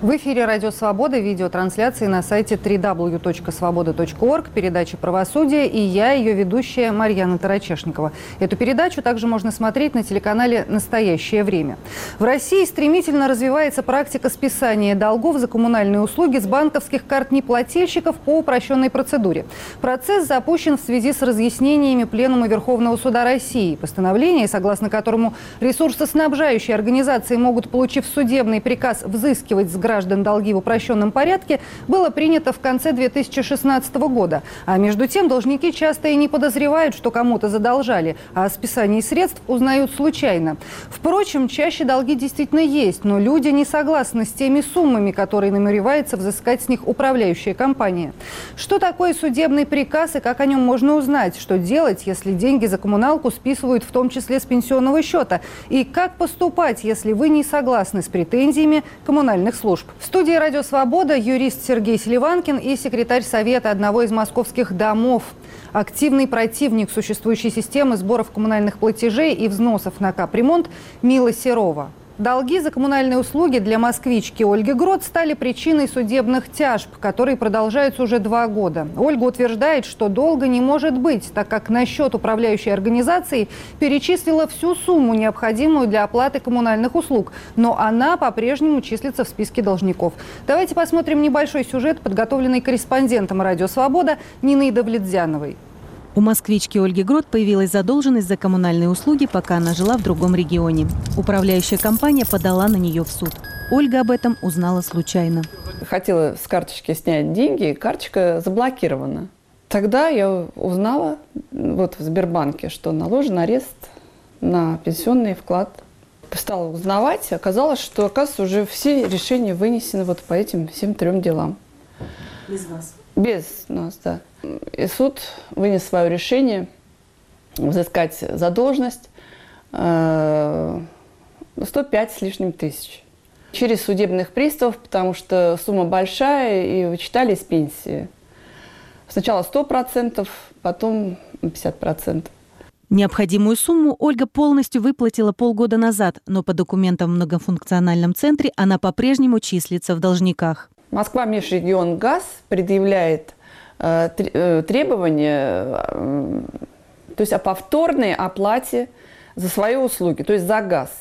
В эфире «Радио Свобода», видеотрансляции на сайте www.svoboda.org, передача «Правосудие», и я, ее ведущая Марьяна Тарачешникова. Эту передачу также можно смотреть на телеканале «Настоящее время». В России стремительно развивается практика списания долгов за коммунальные услуги с банковских карт неплательщиков по упрощенной процедуре. Процесс запущен в связи с разъяснениями Пленума Верховного суда России. Постановление, согласно которому ресурсоснабжающие организации могут, получив судебный приказ, взыскивать с граждан долги в упрощенном порядке, было принято в конце 2016 года. А между тем должники часто и не подозревают, что кому-то задолжали, а о списании средств узнают случайно. Впрочем, чаще долги действительно есть, но люди не согласны с теми суммами, которые намеревается взыскать с них управляющая компания. Что такое судебный приказ и как о нем можно узнать? Что делать, если деньги за коммуналку списывают в том числе с пенсионного счета? И как поступать, если вы не согласны с претензиями коммунальных служб? В студии «Радио Свобода» юрист Сергей Селиванкин и секретарь Совета одного из московских домов. Активный противник существующей системы сборов коммунальных платежей и взносов на капремонт Мила Серова. Долги за коммунальные услуги для москвички Ольги Грот стали причиной судебных тяжб, которые продолжаются уже 2 года. Ольга утверждает, что долга не может быть, так как на счет управляющей организации перечислила всю сумму, необходимую для оплаты коммунальных услуг, но она по-прежнему числится в списке должников. Давайте посмотрим небольшой сюжет, подготовленный корреспондентом «Радио Свобода» Ниной Давлетзяновой. У москвички Ольги Грот появилась задолженность за коммунальные услуги, пока она жила в другом регионе. Управляющая компания подала на нее в суд. Ольга об этом узнала случайно. Хотела с карточки снять деньги, карточка заблокирована. Тогда я узнала в Сбербанке, что наложен арест на пенсионный вклад. Стала узнавать, оказалось, что, оказывается, уже все решения вынесены по этим всем 3 делам. Без вас? Без нас, да. И суд вынес свое решение взыскать задолженность 105 с лишним тысяч. Через судебных приставов, потому что сумма большая, и вычитали из пенсии. Сначала 100%, потом 50%. Необходимую сумму Ольга полностью выплатила полгода назад, но по документам в многофункциональном центре она по-прежнему числится в должниках. Москва Межрегионгаз предъявляет требования, то есть о повторной оплате за свои услуги, то есть за газ.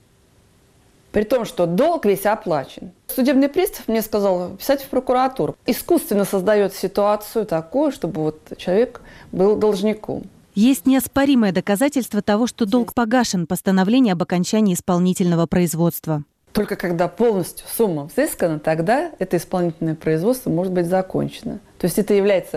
При том, что долг весь оплачен. Судебный пристав мне сказал писать в прокуратуру. Искусственно создает ситуацию такую, чтобы человек был должником. Есть неоспоримое доказательство того, что долг погашен, постановление об окончании исполнительного производства. Только когда полностью сумма взыскана, тогда это исполнительное производство может быть закончено. То есть это является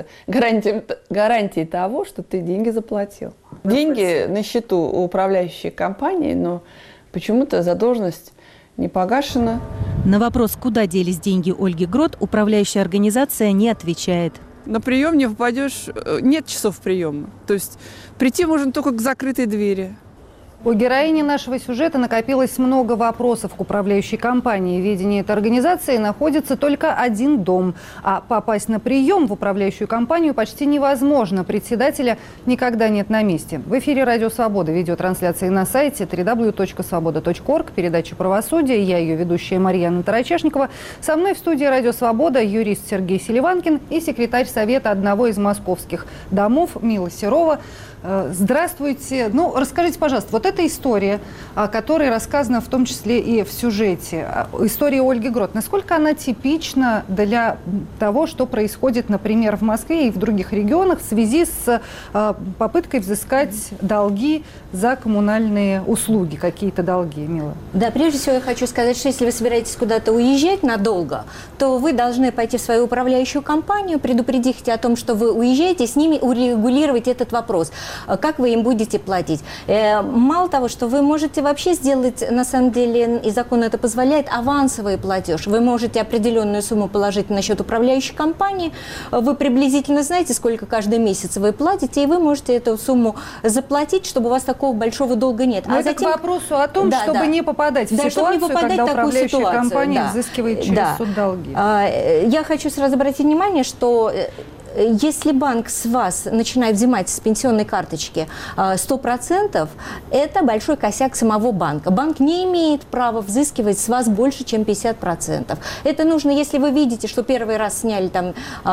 гарантией того, что ты деньги заплатил. Деньги на счету у управляющей компании, но почему-то задолженность не погашена. На вопрос, куда делись деньги Ольги Грот, управляющая организация не отвечает. На прием не попадешь, нет часов приема. То есть прийти можно только к закрытой двери. У героини нашего сюжета накопилось много вопросов к управляющей компании. В ведении этой организации находится только один дом. А попасть на прием в управляющую компанию почти невозможно. Председателя никогда нет на месте. В эфире «Радио Свобода», видеотрансляции на сайте www.svoboda.org, передача «Правосудие». Я, ее ведущая Марьяна Тарачешникова. Со мной в студии «Радио Свобода» юрист Сергей Селиванкин и секретарь Совета одного из московских домов Мила Серова. Здравствуйте. Расскажите, пожалуйста, эта история, которая рассказана в том числе и в сюжете, история Ольги Грот, насколько она типична для того, что происходит, например, в Москве и в других регионах в связи с попыткой взыскать долги за коммунальные услуги, какие-то долги, Мила? Да, прежде всего я хочу сказать, что если вы собираетесь куда-то уезжать надолго, то вы должны пойти в свою управляющую компанию, предупредить о том, что вы уезжаете, с ними урегулировать этот вопрос. Как вы им будете платить? Мало того, что вы можете вообще сделать, на самом деле, и закон это позволяет, авансовый платеж. Вы можете определенную сумму положить на счет управляющей компании, вы приблизительно знаете, сколько каждый месяц вы платите, и вы можете эту сумму заплатить, чтобы у вас такого большого долга нет. Но это затем... к вопросу о том, чтобы не попадать в ситуацию, когда управляющая компания взыскивает через суд долги. Я хочу сразу обратить внимание, что если банк с вас начинает взимать с пенсионной карточки 100%, это большой косяк самого банка. Банк не имеет права взыскивать с вас больше, чем 50%. Это нужно, если вы видите, что первый раз сняли там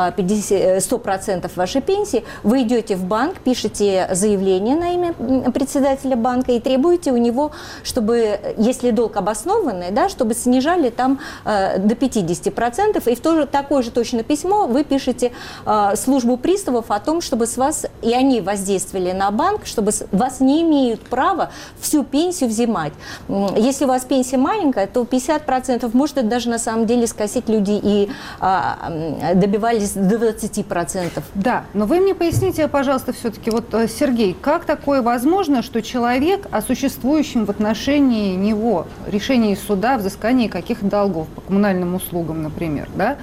100% вашей пенсии, вы идете в банк, пишете заявление на имя председателя банка и требуете у него, чтобы, если долг обоснованный, да, чтобы снижали там до 50%, и в такое же точно письмо вы пишете службу приставов о том, чтобы с вас, и они воздействовали на банк, чтобы вас не имеют права всю пенсию взимать. Если у вас пенсия маленькая, то 50%, может, даже на самом деле скосить люди и добивались 20%. Да, но вы мне поясните, пожалуйста, все-таки, вот, Сергей, как такое возможно, что человек о существующем в отношении него решении суда, взыскании каких долгов по коммунальным услугам, например, да,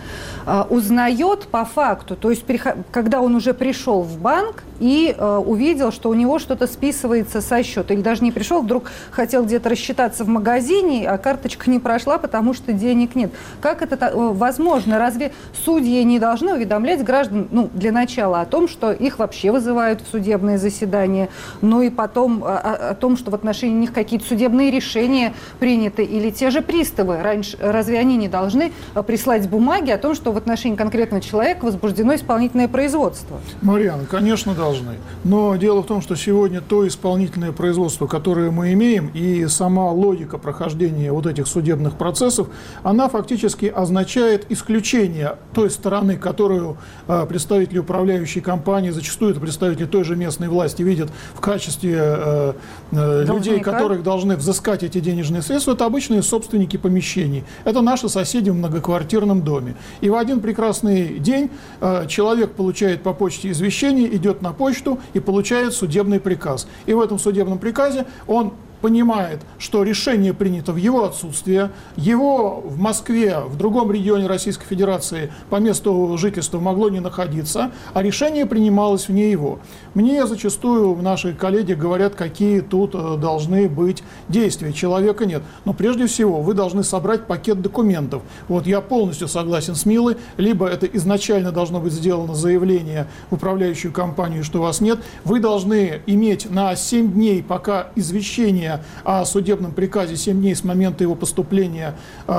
узнает по факту, то есть когда он уже пришел в банк и увидел, что у него что-то списывается со счета, или даже не пришел, вдруг хотел где-то рассчитаться в магазине, а карточка не прошла, потому что денег нет. Как это возможно? Разве судьи не должны уведомлять граждан, ну, для начала, о том, что их вообще вызывают в судебное заседание, ну и потом о том, что в отношении них какие-то судебные решения приняты, или те же приставы, раньше, разве они не должны прислать бумаги о том, что в отношении конкретного человека возбуждено исполнительное производство? Марьяна, конечно, должны. Но дело в том, что сегодня то исполнительное производство, которое мы имеем, и сама логика прохождения вот этих судебных процессов, она фактически означает исключение той стороны, которую представители управляющей компании, зачастую это представители той же местной власти, видят в качестве людей, которых должны взыскать эти денежные средства. Это обычные собственники помещений. Это наши соседи в многоквартирном доме. И в один прекрасный день человек получает по почте извещение, идет на почту и получает судебный приказ. И в этом судебном приказе он понимает, что решение принято в его отсутствие, его в Москве, в другом регионе Российской Федерации по месту жительства могло не находиться, а решение принималось вне его. Мне зачастую наши коллеги говорят, какие тут должны быть действия. Человека нет. Но прежде всего вы должны собрать пакет документов. Вот я полностью согласен с Милой. Либо это изначально должно быть сделано заявление в управляющую компанию, что вас нет. Вы должны иметь на 7 дней, пока извещение о судебном приказе, 7 дней с момента его поступления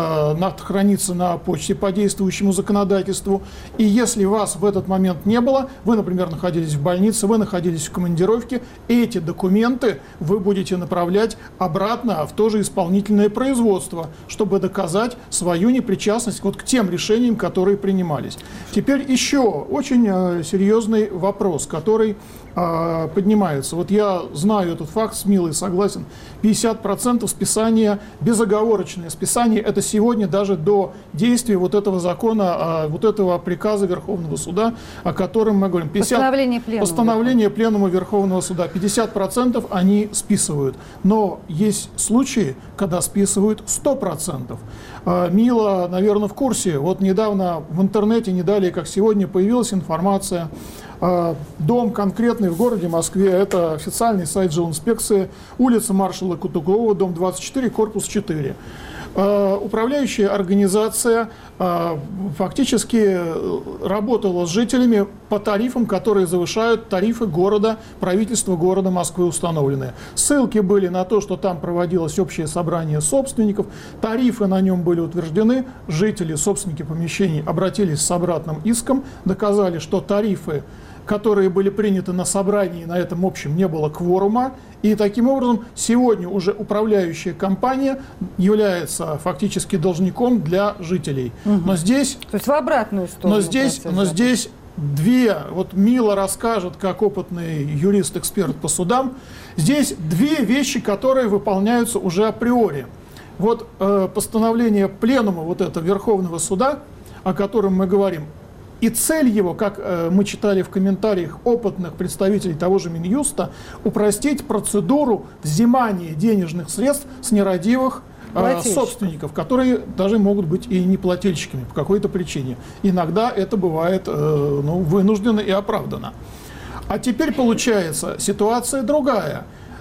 хранится на почте по действующему законодательству. И если вас в этот момент не было, вы, например, находились в больнице, вы находились в командировке, эти документы вы будете направлять обратно в то же исполнительное производство, чтобы доказать свою непричастность вот к тем решениям, которые принимались. Теперь еще очень серьезный вопрос, который поднимается. Вот я знаю этот факт, с Милой согласен. 50% списания, безоговорочное списание, это сегодня даже до действия вот этого закона, вот этого приказа Верховного суда, о котором мы говорим. Постановление Пленума Верховного суда. 50% они списывают. Но есть случаи, когда списывают 100%. Мила, наверное, в курсе. Вот недавно в интернете, не далее, как сегодня, появилась информация. Дом конкретный в городе Москве, это официальный сайт жилинспекции, улица маршала Кутугова, дом 24, корпус 4. Управляющая организация фактически работала с жителями по тарифам, которые завышают тарифы города, правительства города Москвы установленные. Ссылки были на то, что там проводилось общее собрание собственников, тарифы на нем были утверждены, жители, собственники помещений обратились с обратным иском, доказали, что тарифы, которые были приняты на собрании, на этом общем не было кворума. И таким образом сегодня уже управляющая компания является фактически должником для жителей. Но здесь... То есть в обратную сторону. Но здесь две, вот Мила расскажет, как опытный юрист-эксперт по судам, здесь две вещи, которые выполняются уже априори. Вот постановление Пленума вот этого Верховного суда, о котором мы говорим, и цель его, как мы читали в комментариях опытных представителей того же Минюста, упростить процедуру взимания денежных средств с нерадивых собственников, которые даже могут быть и неплательщиками по какой-то причине. Иногда это бывает вынужденно и оправданно. А теперь получается ситуация другая.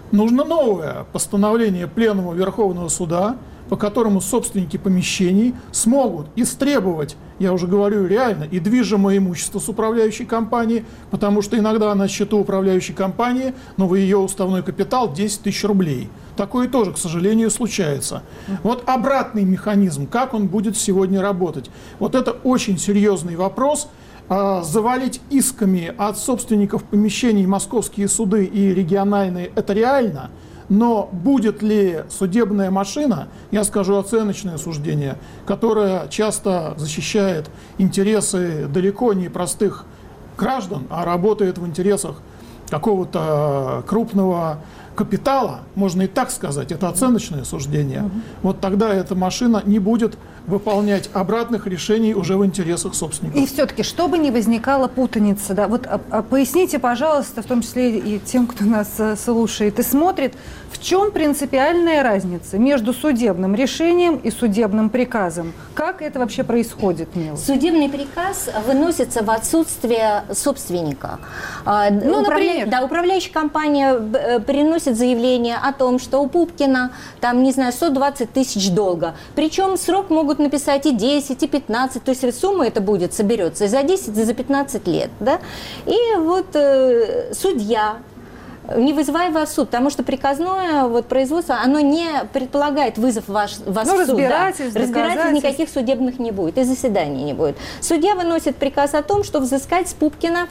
Нужно новое постановление Пленума Верховного Суда, по которому собственники помещений смогут истребовать, я уже говорю реально, и движимое имущество с управляющей компании, потому что иногда на счету управляющей компании, но ее уставной капитал 10 тысяч рублей. Такое тоже, к сожалению, случается. Вот обратный механизм, как он будет сегодня работать. Вот это очень серьезный вопрос. Завалить исками от собственников помещений московские суды и региональные – это реально. Но будет ли судебная машина, я скажу оценочное суждение, которая часто защищает интересы далеко не простых граждан, а работает в интересах какого-то крупного капитала, можно и так сказать, это оценочное суждение, вот тогда эта машина не будет выполнять обратных решений уже в интересах собственников. И все-таки, чтобы не возникала путаница, да, вот поясните, пожалуйста, в том числе и тем, кто нас слушает и смотрит, в чем принципиальная разница между судебным решением и судебным приказом? Как это вообще происходит, Мила? Судебный приказ выносится в отсутствие собственника. Например? Да, управляющая компания приносит заявление о том, что у Пупкина, там, не знаю, 120 тысяч долга. Причем срок могут написать и 10, и 15, то есть сумма это будет, соберется и за 10, и за 15 лет. Да? И вот судья, не вызывая вас в суд, потому что приказное вот, производство, оно не предполагает вызов вас в суд. Разбирательств, Разбирательств никаких судебных не будет, и заседаний не будет. Судья выносит приказ о том, что взыскать с Пупкина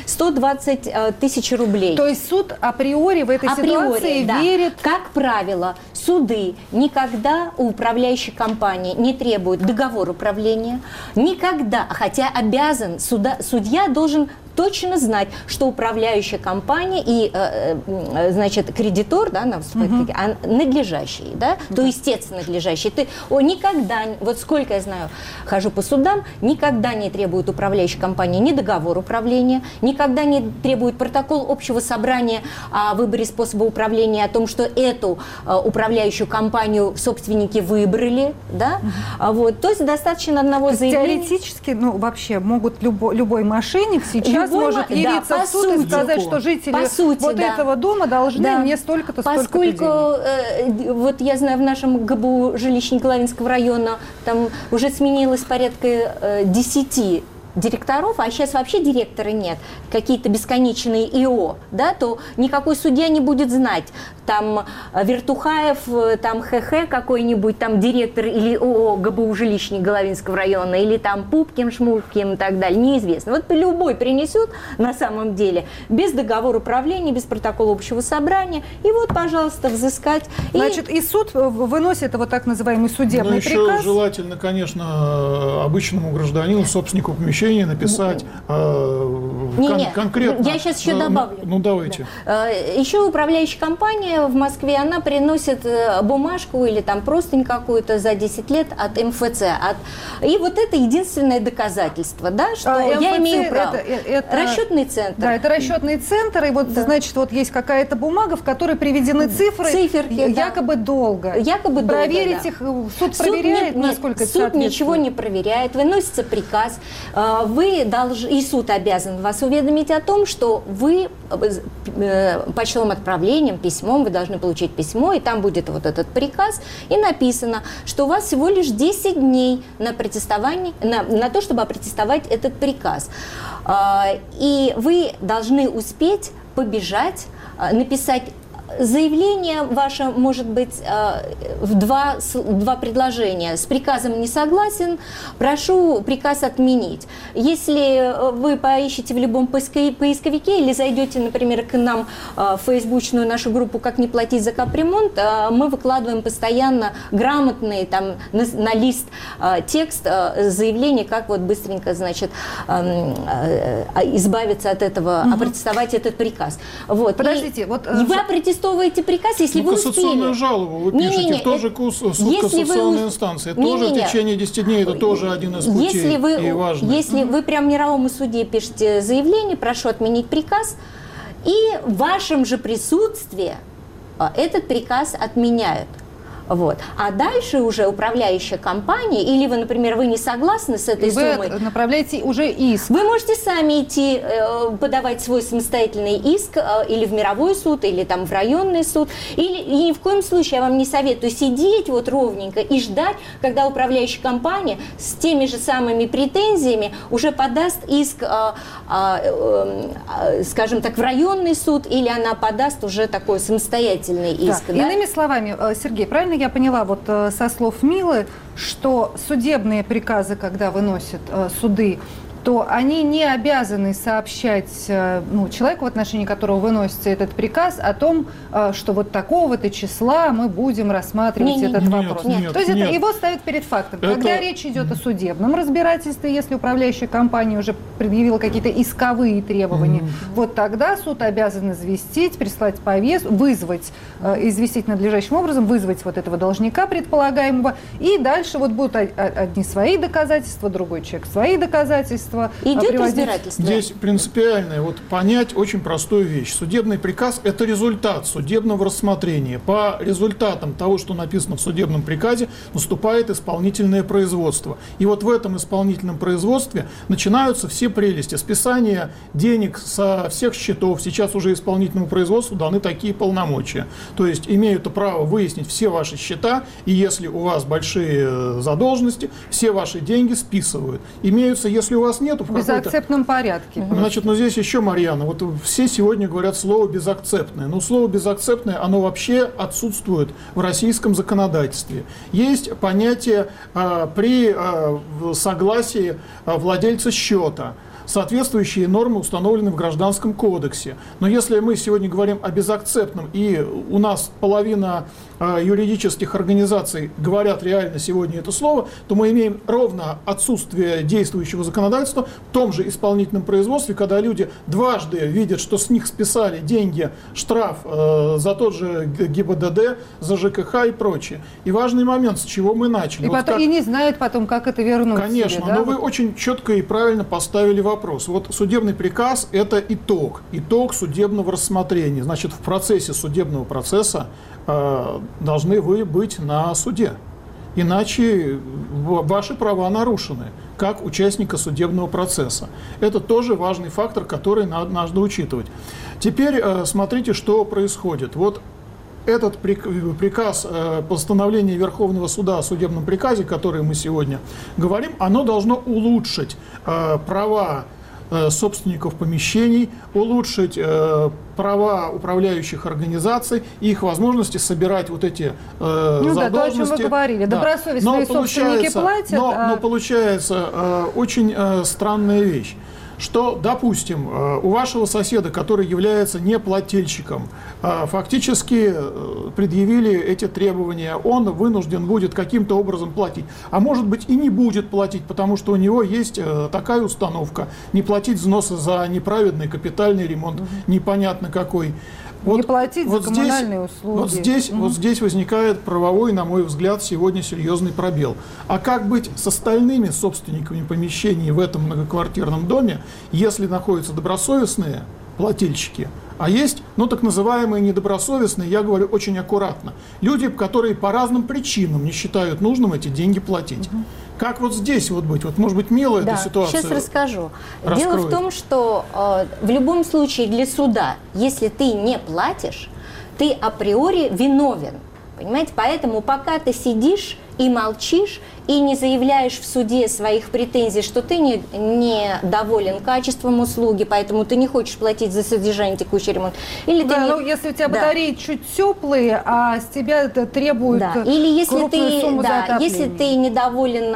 120 тысяч рублей. То есть суд априори в этой ситуации да. верит... Как правило, суды никогда у управляющей компании не требуют договор управления, никогда, хотя обязан, судья должен точно знать, что управляющая компания и, значит, кредитор, да, надлежащий, да, то естественно надлежащий. Никогда, вот сколько я знаю, хожу по судам, никогда не требует управляющей компании ни договор управления, никогда не требует протокол общего собрания о выборе способа управления, о том, что эту управляющую компанию собственники выбрали, да, вот, то есть достаточно одного заявления. Теоретически, ну, вообще, могут любой мошенник сейчас может явиться в суд и сказать, что жители этого дома должны мне столько-то, столько-то денег. Поскольку, вот я знаю, в нашем ГБУ жилищно-Головинского района там уже сменилось порядка 10 директоров, а сейчас вообще директора нет, какие-то бесконечные ИО, да, то никакой судья не будет знать, там Вертухаев, там ХХ какой-нибудь, там директор или ООО ГБУ жилищник Головинского района, или там Пупкин, Шмулкин и так далее, неизвестно. Вот любой принесет на самом деле без договора управления, без протокола общего собрания, и вот, пожалуйста, взыскать. Значит, и суд выносит вот так называемый судебный приказ. Еще желательно, конечно, обычному гражданину, собственнику помещения написать конкретно. Я сейчас еще добавлю. Ну, давайте. Да. Еще управляющая компания в Москве, она приносит бумажку или там простынь какую-то за 10 лет от МФЦ. И вот это единственное доказательство, да, что я имею право. Это расчетный центр. Да, это расчетный центр, и вот, значит, вот есть какая-то бумага, в которой приведены цифры, циферки, якобы долго. Якобы проверить их, суд проверяет, насколько это соответствует. Суд ничего не проверяет, выносится приказ. Вы должны, и суд обязан вас уведомить о том, что вы почтовым отправлением, письмом, вы должны получить письмо, и там будет вот этот приказ, и написано, что у вас всего лишь 10 дней на протестование, на то, чтобы опротестовать этот приказ. И вы должны успеть побежать, написать заявление ваше может быть в два предложения. С приказом не согласен, прошу приказ отменить. Если вы поищете в любом поисковике или зайдете, например, к нам в фейсбучную нашу группу «Как не платить за капремонт», мы выкладываем постоянно грамотный там, на лист текст заявления, как вот быстренько, значит, избавиться от этого, опротестовать этот приказ. Вот. Подождите, вот... Вы опротестовываете приказ, если вы успели. Кассационную жалобу вы пишете в тот же суд кассационной инстанции. Тоже в течение 10 дней, это тоже один из путей и важный. Если вы прям мировому судье пишете заявление, прошу отменить приказ, и в вашем же присутствии этот приказ отменяют. Вот. А дальше уже управляющая компания, или вы, например, вы не согласны с этой суммой, вы направляете уже иск. вы можете сами идти подавать свой самостоятельный иск или в мировой суд, или там в районный суд. И ни в коем случае я вам не советую сидеть вот ровненько и ждать, когда управляющая компания с теми же самыми претензиями уже подаст иск, скажем так, в районный суд, или она подаст уже такой самостоятельный иск. Да. Да? Иными словами, Сергей, правильно я поняла вот со слов Милы, что судебные приказы, когда выносят суды, то они не обязаны сообщать человеку, в отношении которого выносится этот приказ, о том, что вот такого-то числа мы будем рассматривать этот вопрос. Нет, То есть нет. это его ставят перед фактом. Когда речь идет о судебном разбирательстве, если управляющая компания уже предъявила какие-то исковые требования, вот тогда суд обязан известить, прислать повестку, вызвать, известить надлежащим образом, вызвать вот этого должника предполагаемого, и дальше вот будут одни свои доказательства, другой человек свои доказательства. Идет разбирательство. Здесь принципиальное, вот понять очень простую вещь. Судебный приказ – это результат судебного рассмотрения. По результатам того, что написано в судебном приказе, наступает исполнительное производство. И вот в этом исполнительном производстве начинаются все прелести. Списание денег со всех счетов. Сейчас уже исполнительному производству даны такие полномочия. То есть имеют право выяснить все ваши счета, и если у вас большие задолженности, все ваши деньги списывают. Имеются, если у вас нету в безакцептном порядке. Значит, здесь еще, Марьяна, вот все сегодня говорят слово «безакцептное». Но слово «безакцептное», оно вообще отсутствует в российском законодательстве. Есть понятие при согласии владельца счета. Соответствующие нормы установлены в Гражданском кодексе. Но если мы сегодня говорим о безакцептном, и у нас половина юридических организаций говорят реально сегодня это слово, то мы имеем ровно отсутствие действующего законодательства в том же исполнительном производстве, когда люди дважды видят, что с них списали деньги, штраф за тот же ГИБДД, за ЖКХ и прочее. И важный момент, с чего мы начали. И не знают потом, как это вернуть. Конечно, себе, да? но вы очень четко и правильно поставили вопрос. Вот судебный приказ – это итог судебного рассмотрения. Значит, в процессе судебного процесса должны вы быть на суде. Иначе ваши права нарушены, как участника судебного процесса. Это тоже важный фактор, который надо учитывать. Теперь смотрите, что происходит. Вот этот приказ, постановление Верховного суда о судебном приказе, который мы сегодня говорим, оно должно улучшить права собственников помещений, улучшить права управляющих организаций и их возможности собирать вот эти задолженности. Да, то, о чем вы говорили. Да. Добросовестные собственники платят. Но получается очень странная вещь, что, допустим, у вашего соседа, который является неплательщиком, фактически предъявили эти требования, он вынужден будет каким-то образом платить. А может быть и не будет платить, потому что у него есть такая установка: не платить взносы за неправедный капитальный ремонт, непонятно какой. Не платить за коммунальные услуги. Вот здесь возникает правовой, на мой взгляд, сегодня серьезный пробел. А как быть с остальными собственниками помещений в этом многоквартирном доме, если находятся добросовестные плательщики, а есть, так называемые недобросовестные, я говорю очень аккуратно, люди, которые по разным причинам не считают нужным эти деньги платить. Как вот здесь вот быть? Вот, может быть, Мила эту ситуацию сейчас расскажу. раскроет. Дело в том, что в любом случае для суда, если ты не платишь, ты априори виновен. Понимаете? Поэтому пока ты сидишь и молчишь, и не заявляешь в суде своих претензий, что ты не доволен качеством услуги, поэтому ты не хочешь платить за содержание, текущий ремонт. Или если у тебя батареи чуть теплые, а с тебя требуют или если крупную сумму за отопление. Если ты недоволен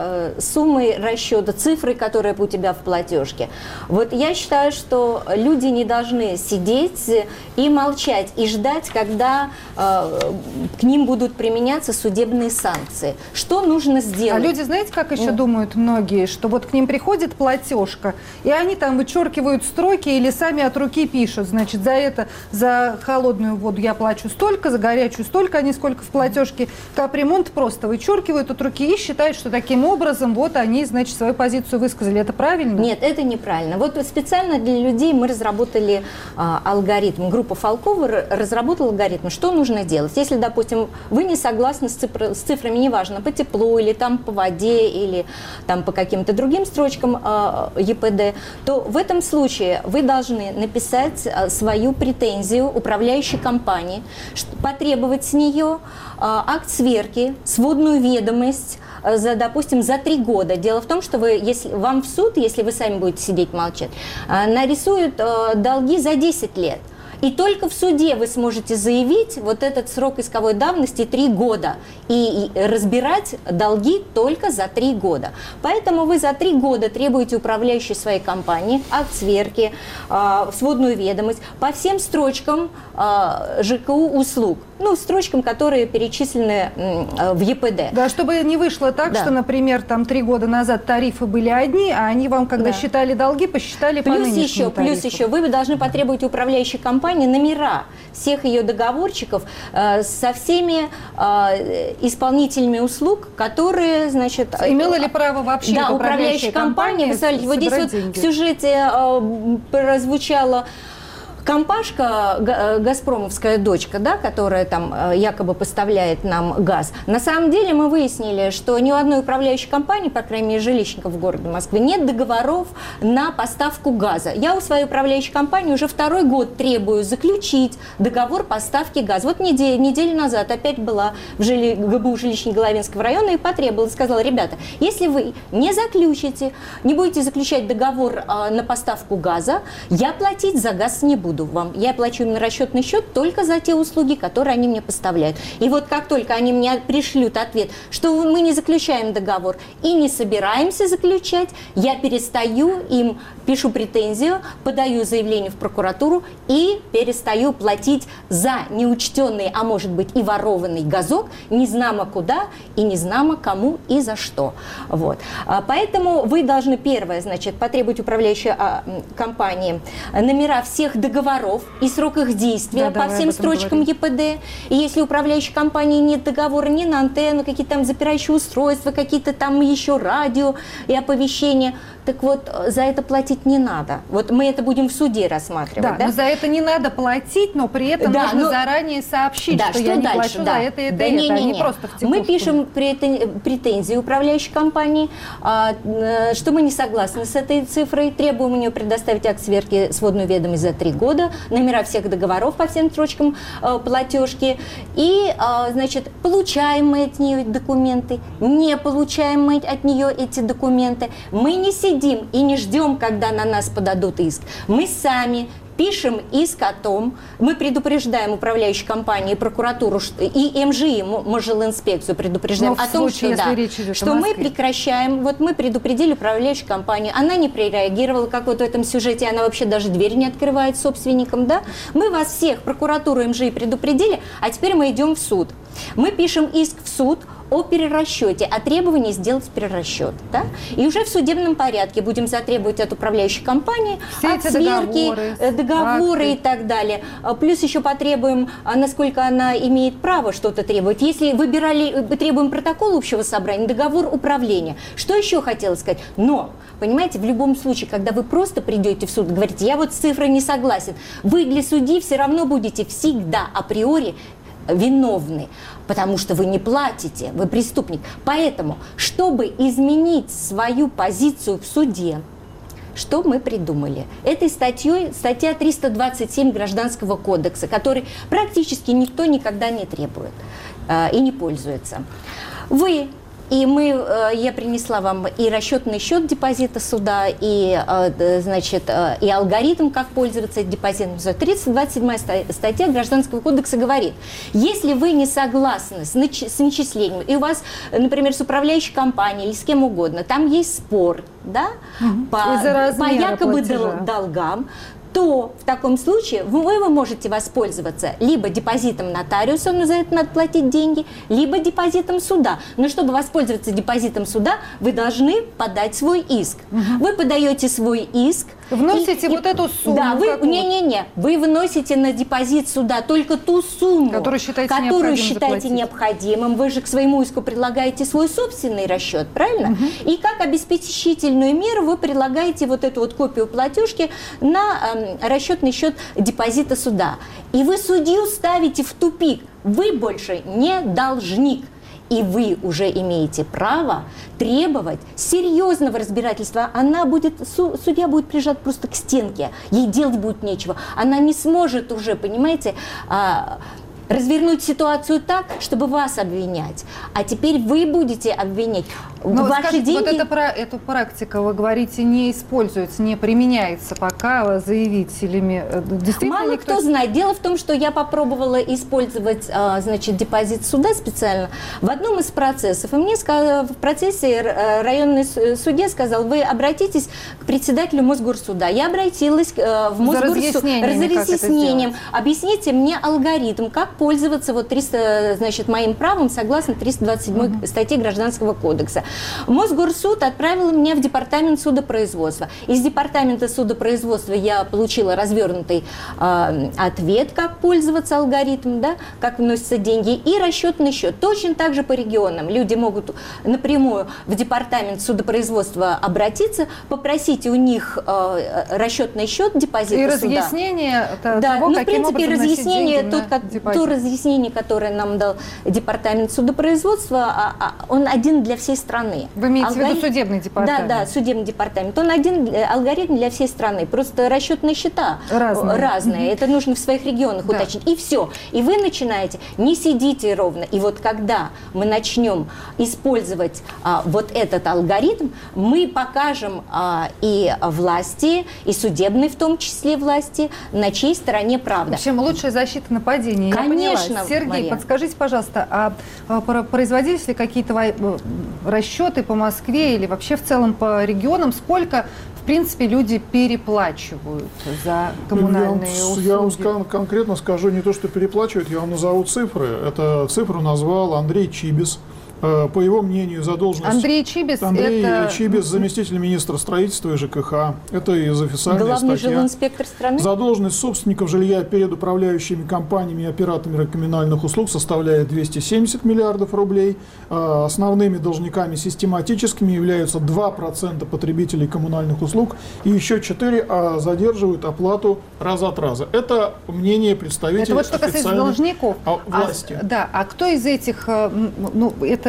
суммой расчета, цифрой, которая у тебя в платежке. Вот я считаю, что люди не должны сидеть и молчать, и ждать, когда к ним будут применяться судебные санкции. информации. Что нужно сделать? А люди, знаете, как еще думают многие, что вот к ним приходит платежка, и они там вычеркивают строки или сами от руки пишут, значит, за холодную воду я плачу столько, за горячую столько, а не сколько в платежке. Капремонт просто вычеркивают от руки и считают, что таким образом вот они, значит, свою позицию высказали. Это правильно? Нет, это неправильно. Вот специально для людей мы разработали алгоритм. Группа Фолкова разработала алгоритм, что нужно делать. Если, допустим, вы не согласны с цифрами, неважно, по теплу или там по воде, или там по каким-то другим строчкам ЕПД, то в этом случае вы должны написать свою претензию управляющей компании, потребовать с нее акт сверки, сводную ведомость, допустим, за 3 года. Дело в том, что вам в суд, если вы сами будете сидеть молчать, нарисуют долги за 10 лет. И только в суде вы сможете заявить вот этот срок исковой давности 3 года и разбирать долги только за 3 года. Поэтому вы за 3 года требуете управляющей своей компании акт сверки, сводную ведомость по всем строчкам ЖКУ услуг. Ну, строчкам, которые перечислены в ЕПД. Да, чтобы не вышло так, Да. что, например, там 3 года назад тарифы были одни, а они вам, когда Да. считали долги, посчитали по нынешнему тарифу. Плюс еще вы должны потребовать у управляющей компании номера всех ее договорчиков со всеми исполнителями услуг, которые, значит... Имела ли право вообще да, эта управляющая компания, представляете, вот здесь вот деньги? в сюжете прозвучало... Компашка, газпромовская дочка, да, которая там якобы поставляет нам газ. На самом деле мы выяснили, что ни у одной управляющей компании, по крайней мере, жилищников города Москвы, нет договоров на поставку газа. Я у своей управляющей компании уже 2-й год требую заключить договор поставки газа. Вот неделю назад опять была в ГБУ Жилищно-Головинского района и потребовала, сказала: ребята, если вы не заключите, не будете заключать договор на поставку газа, я платить за газ не буду вам. Я плачу им на расчетный счет только за те услуги, которые они мне поставляют. И вот как только они мне пришлют ответ, что мы не заключаем договор и не собираемся заключать, я перестаю им, пишу претензию, подаю заявление в прокуратуру и перестаю платить за неучтенный, а может быть и ворованный газок, незнамо куда и незнамо кому и за что. Вот. Поэтому вы должны, первое, значит, потребовать управляющей компании номера всех договоров и срок их действия по всем строчкам ЕПД. И если у управляющей компании нет договора ни на антенну, какие-то там запирающие устройства, какие-то там еще радио и оповещения, так вот, за это платить не надо. Вот мы это будем в суде рассматривать. Да, но за это не надо платить, но при этом нужно заранее сообщить, да, что я не плачу за это и это, а не просто в текущем. Мы пишем претензии управляющей компании, что мы не согласны с этой цифрой, требуем у нее предоставить акт сверки, сводную ведомость за 3 года, номера всех договоров по всем строчкам платежки, и, значит, получаем мы от нее документы, не получаем мы от нее эти документы, мы не сидим и не ждем, когда на нас подадут иск. Мы сами пишем иск о том, мы предупреждаем управляющую компанию, прокуратуру и МЖИ, Мосжилинспекцию предупреждаем о том, что мы прекращаем, вот мы предупредили управляющую компанию, она не прореагировала, как вот в этом сюжете, она вообще даже дверь не открывает собственникам, да? Мы вас всех, прокуратуру, МЖИ предупредили, а теперь мы идем в суд. Мы пишем иск в суд о перерасчете, о требовании сделать перерасчет. Да? И уже в судебном порядке будем затребовать от управляющей компании от сверки, договоры и так далее. Плюс еще потребуем, насколько она имеет право что-то требовать. Если требуем протокол общего собрания, договор управления. Что еще хотела сказать? Но, понимаете, в любом случае, когда вы просто придете в суд и говорите: я вот с цифрой не согласен, вы для судьи все равно будете всегда априори виновны, потому что вы не платите, вы преступник. Поэтому, чтобы изменить свою позицию в суде, что мы придумали? Этой статьей, статья 327 Гражданского кодекса, который практически никто никогда не требует и не пользуется. Я принесла вам и расчетный счет депозита суда, и, значит, и алгоритм, как пользоваться депозитом. 327 статья Гражданского кодекса говорит: если вы не согласны с начислением, и у вас, например, с управляющей компанией или с кем угодно, там есть спор, да, по якобы долгам, то в таком случае вы можете воспользоваться либо депозитом нотариуса, но за это надо платить деньги, либо депозитом суда. Но чтобы воспользоваться депозитом суда, вы должны подать свой иск. Вы подаете свой иск. Вносите вот эту сумму. Да, вы вносите на депозит суда только ту сумму, которую считаете необходимым. Вы же к своему иску предлагаете свой собственный расчет, правильно? И как обеспечительную меру вы предлагаете вот эту вот копию платежки на расчетный счет депозита суда. И вы судью ставите в тупик. Вы больше не должник. И вы уже имеете право требовать серьезного разбирательства. Судья будет прижат просто к стенке. Ей делать будет нечего. Она не сможет уже, понимаете, развернуть ситуацию так, чтобы вас обвинять. А теперь вы будете обвинять. Ваши скажите, деньги... вот эта практика, вы говорите, не используется, не применяется пока заявителями. Действительно, Мало кто знает. Дело в том, что я попробовала использовать, депозит суда специально в одном из процессов. И мне в процессе районный судья сказал: вы обратитесь к председателю Мосгорсуда. Я обратилась в Мосгорсуд за разъяснением. Объясните мне алгоритм, как пользоваться моим правом согласно 327 статье Гражданского кодекса. Мосгорсуд отправил меня в департамент судопроизводства. Из департамента судопроизводства я получила развернутый ответ, как пользоваться алгоритмом, да, как вносятся деньги, и расчетный счет. Точно так же по регионам. Люди могут напрямую в департамент судопроизводства обратиться, попросить у них расчетный счет депозита суда. И разъяснение того, каким образом разъяснение, то разъяснение, которое нам дал департамент судопроизводства, он один для всей страны. Вы имеете в виду судебный департамент? Да, судебный департамент. Он один алгоритм для всей страны. Просто расчетные счета разные. Это нужно в своих регионах уточнить. И все. И вы начинаете, не сидите ровно. И вот когда мы начнем использовать вот этот алгоритм, мы покажем и власти, и судебной в том числе власти, на чьей стороне правда. В общем, лучшая защита нападения. Конечно, Сергей, Мария. подскажите, пожалуйста, производились ли какие-то расчеты по Москве или вообще в целом по регионам, сколько, в принципе, люди переплачивают за коммунальные услуги? Я вам конкретно скажу не то, что переплачивают, я вам назову цифры. Эту цифру назвал Андрей Чибис. По его мнению, задолженность... Андрей Чибис, заместитель министра строительства и ЖКХ. Это из официальной Главный статьи. жилинспектор страны. Задолженность собственников жилья перед управляющими компаниями и операторами коммунальных услуг составляет 270 миллиардов рублей. Основными должниками систематическими являются 2% потребителей коммунальных услуг и еще 4% задерживают оплату раз от раза. Это мнение представителей это вот что касается должников. Власти. А кто из этих... это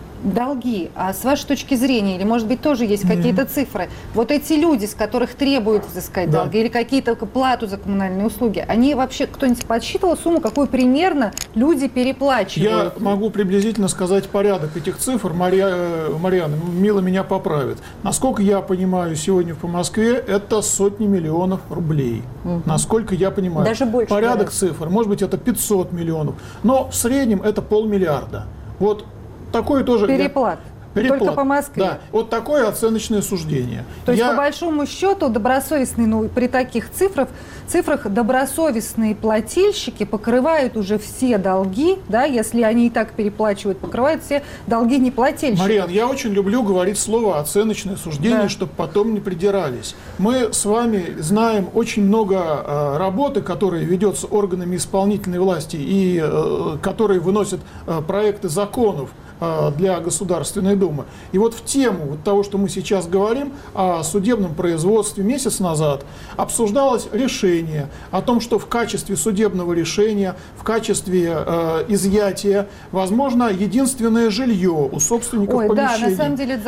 долги, а с вашей точки зрения, или, может быть, тоже есть какие-то цифры, вот эти люди, с которых требуют взыскать долги, или какие-то плату за коммунальные услуги, они вообще, кто-нибудь подсчитывал сумму, какую примерно люди переплачивают? Я могу приблизительно сказать порядок этих цифр. Марьяна мило меня поправит. Насколько я понимаю, сегодня по Москве это сотни миллионов рублей. Насколько я понимаю. Даже больше. Порядок цифр. Может быть, это 500 миллионов. Но в среднем это 500 миллиарда. Вот такое тоже... Переплат. Только по Москве. Да, вот такое оценочное суждение. То есть, по большому счету, добросовестные, при таких цифрах добросовестные плательщики покрывают уже все долги, да, если они и так переплачивают, покрывают все долги неплательщиков. Марьян, я очень люблю говорить слово «оценочное суждение», чтобы потом не придирались. Мы с вами знаем очень много работы, которая ведется органами исполнительной власти и которые выносят проекты законов для Государственной Думы. И вот в тему вот того, что мы сейчас говорим о судебном производстве, месяц назад обсуждалось решение о том, что в качестве судебного решения, в качестве изъятия, возможно, единственное жилье у собственников помещений. Да, на самом деле,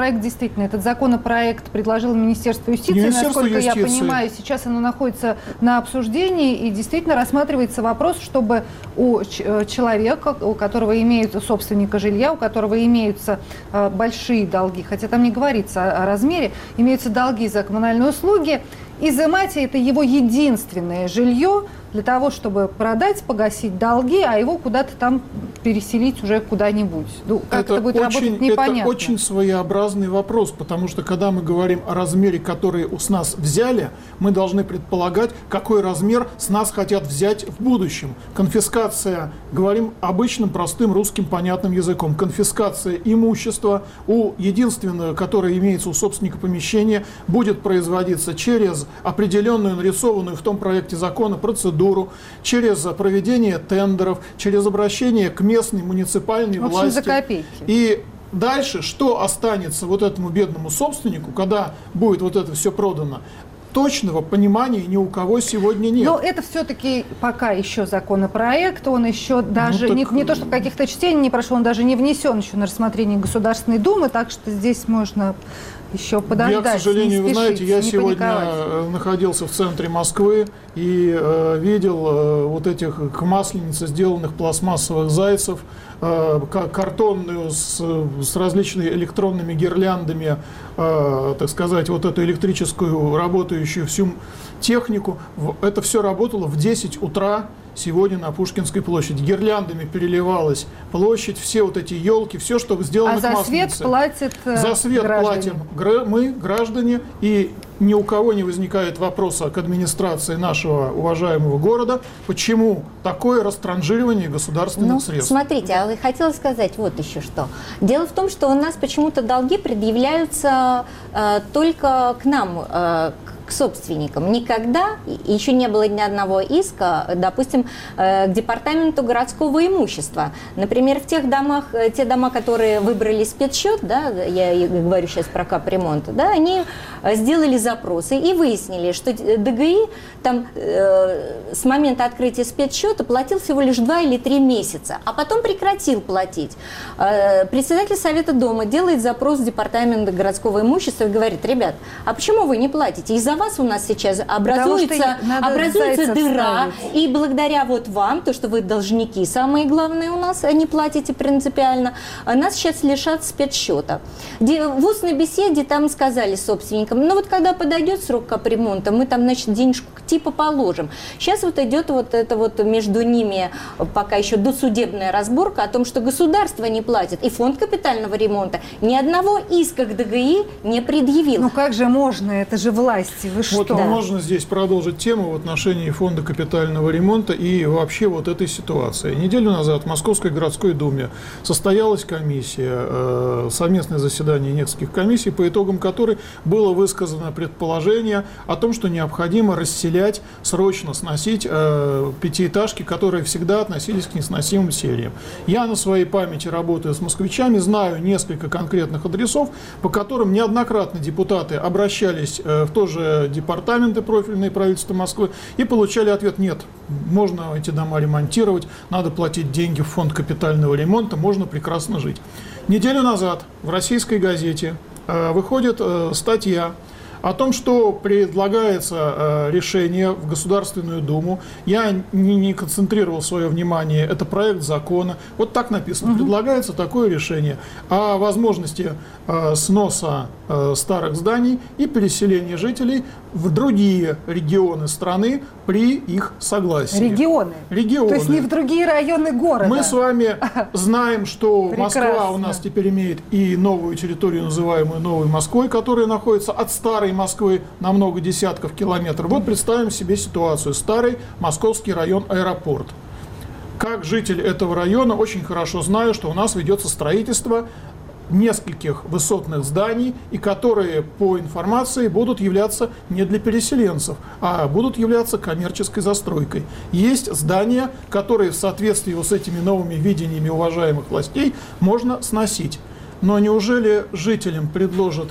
этот законопроект предложил Министерство юстиции. Насколько я понимаю, сейчас оно находится на обсуждении, и действительно рассматривается вопрос, чтобы у человека, у которого имеются собственника жилья, у которого имеются большие долги, хотя там не говорится о размере, имеются долги за коммунальные услуги, изымать это его единственное жилье для того, чтобы продать, погасить долги, а его куда-то там переселить уже куда-нибудь? Ну, как это будет работать, непонятно. Это очень своеобразный вопрос, потому что когда мы говорим о размере, который с нас взяли, мы должны предполагать, какой размер с нас хотят взять в будущем. Конфискация, говорим обычным, простым, русским, понятным языком. Конфискация имущества у единственного, которое имеется у собственника помещения, будет производиться через определенную нарисованную в том проекте закона процедуру, через проведение тендеров, через обращение к местной муниципальной в общем, власти. за копейки. И дальше, что останется вот этому бедному собственнику, когда будет вот это все продано, точного понимания ни у кого сегодня нет. Но это все-таки пока еще законопроект, он еще даже не то, что каких-то чтений не прошел, он даже не внесен еще на рассмотрение Государственной Думы, так что здесь можно еще подождать. Я, к сожалению, не спешить, вы знаете, я сегодня паниковать. находился в центре Москвы и видел вот этих к масленице сделанных пластмассовых зайцев, картонную с различными электронными гирляндами, так сказать, вот эту электрическую работающую всю технику. Это все работало в 10 утра сегодня на Пушкинской площади. Гирляндами переливалась площадь, все вот эти елки, все, что сделано к масленице. За свет платят За свет граждане. платим мы, граждане, и ни у кого не возникает вопроса к администрации нашего уважаемого города, почему такое растранжирование государственных средств. Смотрите, а я хотела сказать вот еще что. Дело в том, что у нас почему-то долги предъявляются только к нам, к собственникам. Никогда еще не было ни одного иска, допустим, к департаменту городского имущества. Например, в тех домах, те дома, которые выбрали спецсчет, да, я говорю сейчас про капремонт, да, они сделали запросы и выяснили, что ДГИ там с момента открытия спецсчета платил всего лишь 2 или 3 месяца, а потом прекратил платить. Председатель Совета дома делает запрос в департамент городского имущества и говорит: ребят, а почему вы не платите? Из-за вас у нас сейчас образуется дыра, и благодаря вот вам, то, что вы должники, самое главное у нас, не платите принципиально, нас сейчас лишат спецсчета. В устной беседе там сказали собственникам: ну вот когда подойдет срок капремонта, мы там, значит, денежку типа положим. Сейчас вот идет вот это вот между ними пока еще досудебная разборка о том, что государство не платит, и фонд капитального ремонта ни одного иска к ДГИ не предъявил. Ну как же можно, это же власти, вы что? Вот можно здесь продолжить тему в отношении фонда капитального ремонта и вообще вот этой ситуации. Неделю назад в Московской городской думе состоялась комиссия, совместное заседание нескольких комиссий, по итогам которой было высказано предположение о том, что необходимо расселять, срочно сносить пятиэтажки, которые всегда относились к несносимым сериям. Я на своей памяти, работаю с москвичами, знаю несколько конкретных адресов, по которым неоднократно депутаты обращались в то же департаменты профильные правительства Москвы и получали ответ: нет, можно эти дома ремонтировать, надо платить деньги в фонд капитального ремонта, можно прекрасно жить. Неделю назад в российской газете выходит статья о том, что предлагается решение в Государственную Думу. Я не концентрировал свое внимание, это проект закона. Вот так написано. Предлагается такое решение о возможности сноса старых зданий и переселения жителей в другие регионы страны при их согласии. Регионы? Регионы. То есть не в другие районы города? Мы с вами знаем, что Прекрасно. Москва у нас теперь имеет и новую территорию, называемую Новой Москвой, которая находится от старой Москвы на много десятков километров. Вот представим себе ситуацию. Старый московский район аэропорт. Как житель этого района очень хорошо знаю, что у нас ведется строительство нескольких высотных зданий, и которые, по информации, будут являться не для переселенцев, а будут являться коммерческой застройкой. Есть здания, которые в соответствии с этими новыми видениями уважаемых властей можно сносить. Но неужели жителям предложат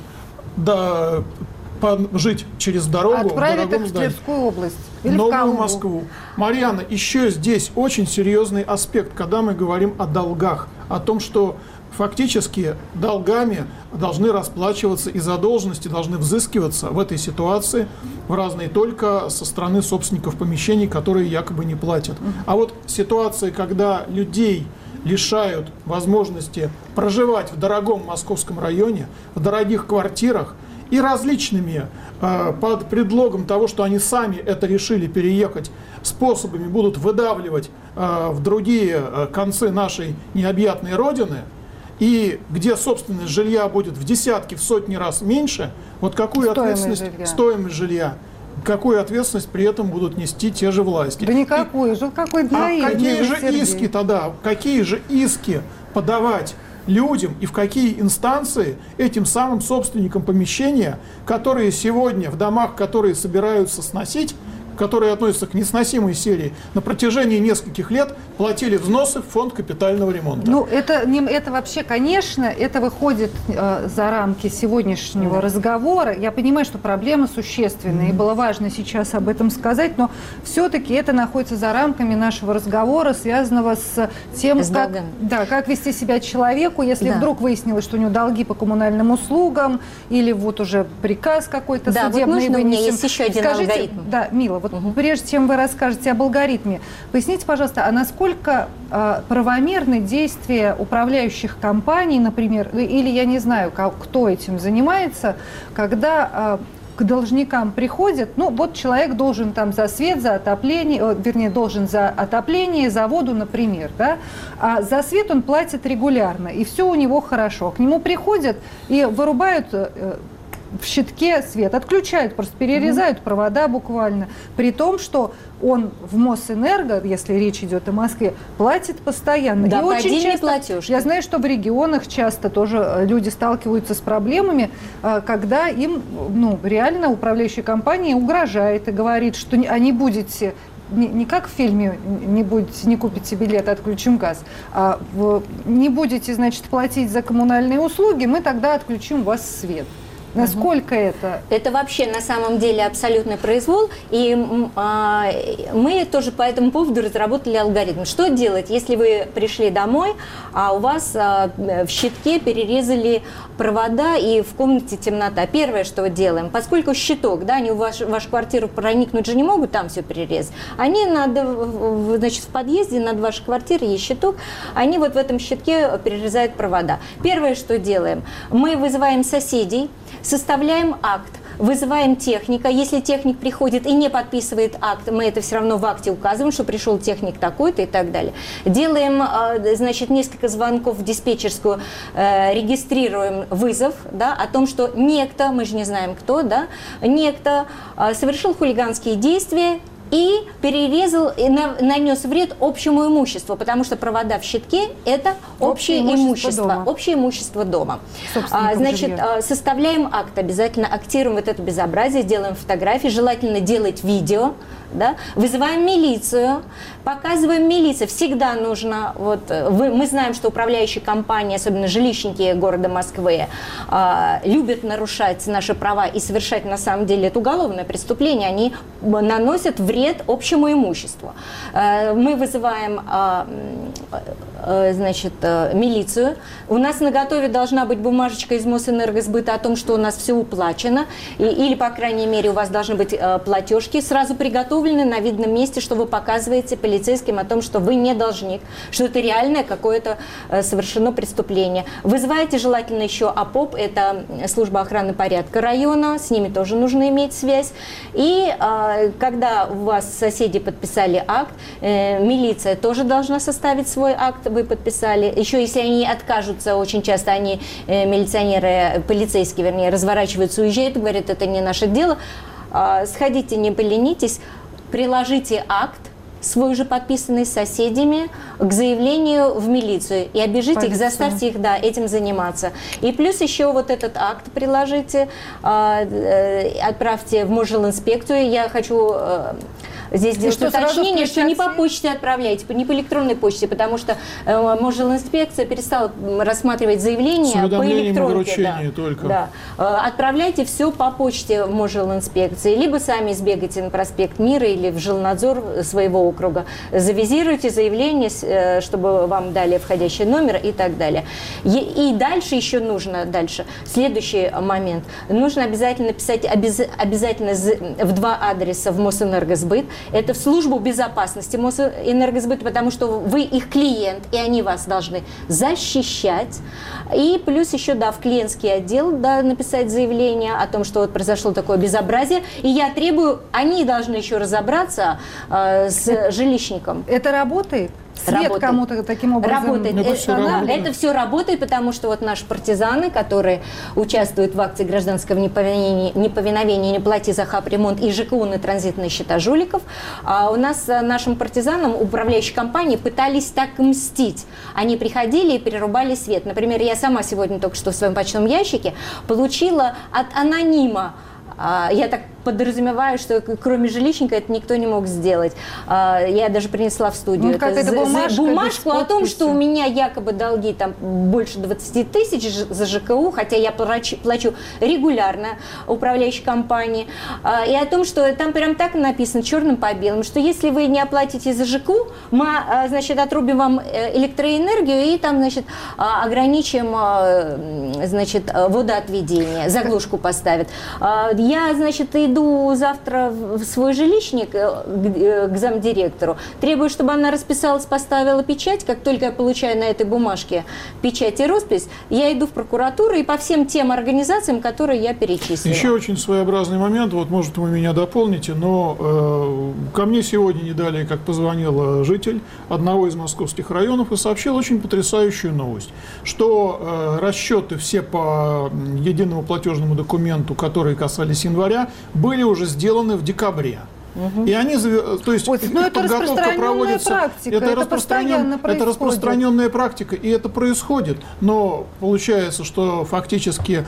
жить через дорогу в дорогом их в здании? Тверскую область или в Новую Калугу? Москву. Марьяна, еще здесь очень серьезный аспект, когда мы говорим о долгах, о том, что фактически долгами должны расплачиваться и задолженности должны взыскиваться в этой ситуации в разные только со стороны собственников помещений, которые якобы не платят. А вот ситуация, когда людей лишают возможности проживать в дорогом московском районе, в дорогих квартирах, и различными под предлогом того, что они сами это решили переехать, способами будут выдавливать в другие концы нашей необъятной Родины, и где собственность жилья будет в десятки, в сотни раз меньше, вот какую стоимость жилья, какую ответственность при этом будут нести те же власти. Да никакую же, какой какие же иски тогда, какие же иски подавать людям и в какие инстанции этим самым собственникам помещения, которые сегодня в домах, которые собираются сносить, которые относятся к несносимой серии, на протяжении нескольких лет платили взносы в фонд капитального ремонта. Ну, это вообще, конечно, это выходит за рамки сегодняшнего разговора. Я понимаю, что проблема существенная, и было важно сейчас об этом сказать, но все-таки это находится за рамками нашего разговора, связанного с тем, как вести себя человеку, если вдруг выяснилось, что у него долги по коммунальным услугам, или вот уже приказ какой-то судебный вот у меня есть еще один алгоритм. Да, Мила, вот прежде чем вы расскажете об алгоритме, поясните, пожалуйста, а насколько правомерны действия управляющих компаний, например, или я не знаю, кто этим занимается, когда к должникам приходят, ну вот человек должен там за свет, за отопление, вернее, должен за отопление, за воду, например, да, а за свет он платит регулярно, и все у него хорошо. К нему приходят и вырубают в щитке свет, отключают, просто перерезают провода буквально, при том, что он в Мосэнерго, если речь идет о Москве, платит постоянно. Да, и очень часто, платеж. я знаю, что в регионах часто тоже люди сталкиваются с проблемами, когда им реально управляющая компания угрожает и говорит, что не будете... Не как в фильме не купите билет, отключим газ, а не будете, значит, платить за коммунальные услуги, мы тогда отключим у вас свет. Насколько это? Это вообще на самом деле абсолютный произвол, и мы тоже по этому поводу разработали алгоритм. Что делать, если вы пришли домой, а у вас в щитке перерезали провода и в комнате темнота? Первое, что делаем, поскольку щиток, да, они в вашу квартиру проникнуть же не могут, там все перерезать, они значит, в подъезде над вашей квартирой есть щиток, они вот в этом щитке перерезают провода. Первое, что делаем, мы вызываем соседей, составляем акт, вызываем техника. Если техник приходит и не подписывает акт, мы это все равно в акте указываем, что пришел техник такой-то и так далее. Делаем, значит, несколько звонков в диспетчерскую, регистрируем вызов, да, о том, что некто, мы же не знаем кто, да, некто совершил хулиганские действия и перерезал, и нанес вред общему имуществу, потому что провода в щитке – это общее имущество дома. Значит, составляем акт, обязательно актируем вот это безобразие, делаем фотографии, желательно делать видео, да? Вызываем милицию, показываем милиции. Всегда нужно, мы знаем, что управляющие компании, особенно жилищники города Москвы, любят нарушать наши права и совершать на самом деле это уголовное преступление, они наносят вред общему имуществу. Мы вызываем, значит, милицию. У нас наготове должна быть бумажечка из Мосэнергосбыта о том, что у нас все уплачено, или, по крайней мере, у вас должны быть платежки сразу приготовлены на видном месте, что вы показываете полицейским о том, что вы не должник, что это реальное какое-то совершено преступление. Вызываете желательно еще АПОП, это служба охраны порядка района, с ними тоже нужно иметь связь. И когда у вас соседи подписали акт, милиция тоже должна составить свой акт, вы подписали. Еще если они откажутся, очень часто они, милиционеры, полицейские, вернее, разворачиваются, уезжают, говорят, это не наше дело. Сходите, не поленитесь, приложите акт, свой же подписанный с соседями, к заявлению в милицию. И обижите их, заставьте их, да, этим заниматься. И плюс еще вот этот акт приложите, отправьте в Мосжилинспекцию. Я хочу здесь сделать уточнение, что не по почте отправляйте, не по электронной почте, потому что Мосжилинспекция перестала рассматривать заявления по электронке. Да. Только. Да. Отправляйте все по почте в Мосжилинспекции, либо сами сбегайте на проспект Мира или в жилнадзор своего округа, завизируйте заявление, чтобы вам дали входящий номер и так далее. И дальше еще нужно, следующий момент, нужно обязательно писать обязательно в 2 адреса в Мосэнергосбыт. это в службу безопасности Мосэнергосбыта, потому что вы их клиент, и они вас должны защищать. И плюс еще, да, в клиентский отдел, да, написать заявление о том, что вот произошло такое безобразие. И я требую, они должны еще разобраться с жилищником. Это работает? Свет кому-то таким образом... Работает. Это все работает, потому что вот наши партизаны, которые участвуют в акции гражданского неповиновения «Не плати за хаб-ремонт» и ЖКУ на транзитные счета жуликов, у нас нашим партизанам управляющие компании пытались так мстить. Они приходили и перерубали свет. Например, я сама сегодня только что в своем почтовом ящике получила от анонима, я так подразумеваю, что кроме жилищника это никто не мог сделать. Я даже принесла в студию бумажку о том, что у меня якобы долги там больше 20 тысяч за ЖКУ, хотя я плачу регулярно управляющей компании. И о том, что там прям так написано черным по белому, что если вы не оплатите за ЖКУ, мы, значит, отрубим вам электроэнергию и там, значит, ограничим, значит, водоотведение, заглушку поставят. Я, значит, иду завтра в свой жилищник к замдиректору, требую, чтобы она расписалась, поставила печать. Как только я получаю на этой бумажке печать и роспись, я иду в прокуратуру и по всем тем организациям, которые я перечислила. Еще очень своеобразный момент, вот, может, вы меня дополните, но ко мне сегодня не далее, как позвонил житель одного из московских районов и сообщил очень потрясающую новость, что расчеты все по единому платежному документу, которые касались января, были уже сделаны в декабре. И они, то есть их подготовка проводится, это распространенная практика, и это происходит. Но получается, что фактически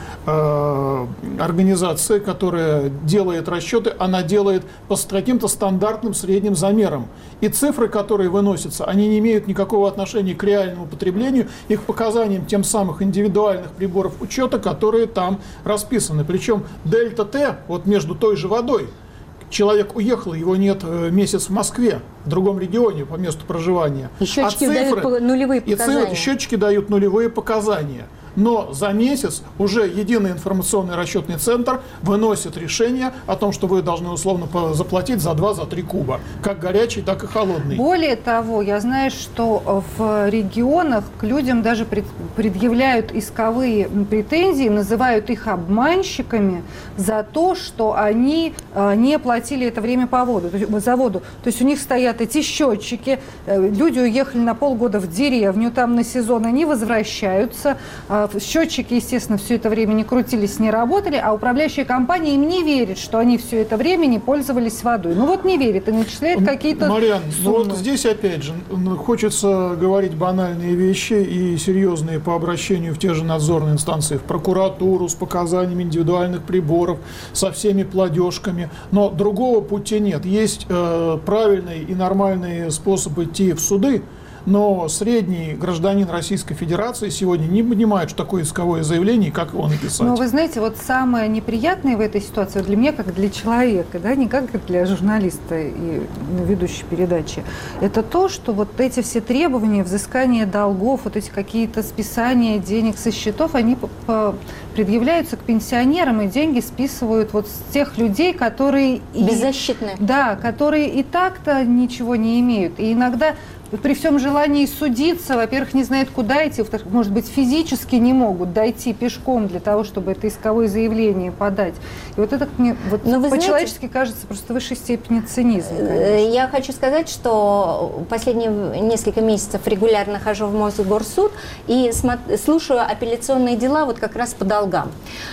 организация, которая делает расчеты, она делает по каким-то стандартным средним замерам. И цифры, которые выносятся, они не имеют никакого отношения к реальному потреблению и к показаниям тем самых индивидуальных приборов учета, которые там расписаны. Причем дельта Т, вот между той же водой, человек уехал, его нет месяц в Москве, в другом регионе по месту проживания. И счетчики дают нулевые показания. Счетчики дают нулевые показания. Но за месяц уже единый информационный расчетный центр выносит решение о том, что вы должны условно заплатить за 2-3 куба, как горячий, так и холодный. Более того, я знаю, что в регионах к людям даже предъявляют исковые претензии, называют их обманщиками за то, что они не платили это время за воду. То есть у них стоят эти счетчики, люди уехали на полгода в деревню, там на сезон, они возвращаются, счетчики, естественно, все это время не крутились, не работали, а управляющая компания им не верит, что они все это время не пользовались водой. Ну вот не верит и начисляет какие-то Марьян, суммы. ну вот здесь опять же хочется говорить банальные вещи и серьезные по обращению в те же надзорные инстанции, в прокуратуру с показаниями индивидуальных приборов, со всеми платежками, но другого пути нет. Есть правильный и нормальный способ идти в суды, но средний гражданин Российской Федерации сегодня не понимает, что такое исковое заявление и как его написать. Но вы знаете, вот самое неприятное в этой ситуации для меня, как для человека, да, не как для журналиста и ведущей передачи, это то, что вот эти все требования, взыскание долгов, вот эти какие-то списания денег со счетов, они предъявляются к пенсионерам, и деньги списывают вот с тех людей, которые... Беззащитные. Да, которые и так-то ничего не имеют. И иногда при всем желании судиться, во-первых, не знают, куда идти, во-вторых, может быть, физически не могут дойти пешком для того, чтобы это исковое заявление подать. И вот это мне вот по-человечески кажется просто в высшей степени цинизм. Конечно. Я хочу сказать, что последние несколько месяцев регулярно хожу в Мосгорсуд и слушаю апелляционные дела вот как раз по долгам.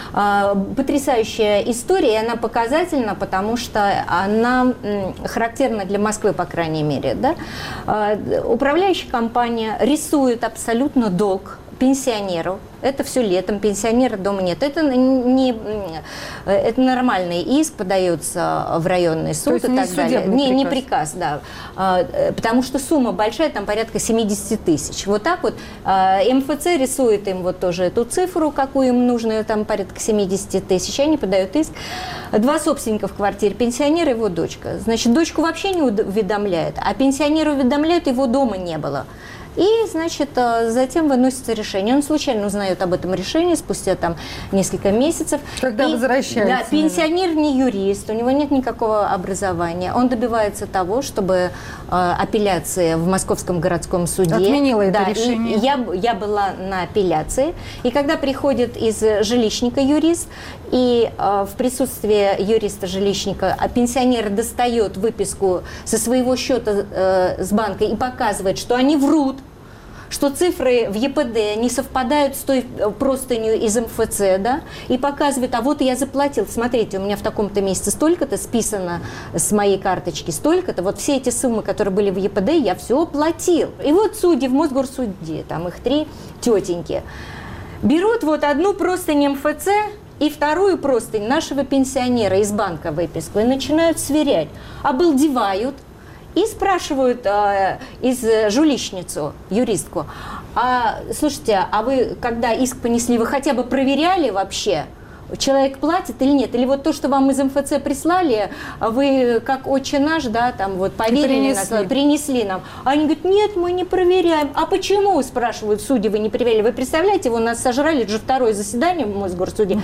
Потрясающая история, и она показательна, потому что она характерна для Москвы, по крайней мере, да? Управляющая компания рисует абсолютно долг пенсионеру. Это все летом, пенсионера дома нет. Это нормальный иск, подается в районный суд и так далее. Не приказ, да. Потому что сумма большая, там порядка 70 тысяч. Вот так вот МФЦ рисует им вот тоже эту цифру, какую им нужно, там порядка 70 тысяч. Они подают иск. 2 собственника в квартире, пенсионер и его дочка. Значит, дочку вообще не уведомляют, а пенсионера уведомляют, его дома не было. И, значит, затем выносится решение. Он случайно узнает об этом решении спустя там несколько месяцев. Когда возвращается. Да, пенсионер не юрист, у него нет никакого образования. Он добивается того, чтобы апелляция в Московском городском суде... Отменила это да, решение. И я была на апелляции. И когда приходит из жилищника юрист, и в присутствии юриста-жилищника пенсионер достает выписку со своего счета с банка и показывает, что они врут, что цифры в ЕПД не совпадают с той простынью из МФЦ, да, и показывает, а вот я заплатил, смотрите, у меня в таком-то месяце столько-то списано с моей карточки, столько-то, вот все эти суммы, которые были в ЕПД, я все оплатил. И вот судьи в Мосгорсуде, там их 3 тетеньки, берут вот одну простынь МФЦ и вторую простынь нашего пенсионера из банка выписку и начинают сверять, обалдевают. И спрашивают из жилищницу, юристку, слушайте, а вы, когда иск понесли, вы хотя бы проверяли вообще, человек платит или нет? Или вот то, что вам из МФЦ прислали, вы как отче наш, да, там вот поверили, принесли нам. А они говорят, нет, мы не проверяем. А почему, спрашивают судьи, вы не проверяли? Вы представляете, вы у нас сожрали, это же второе заседание в Мосгорсуде,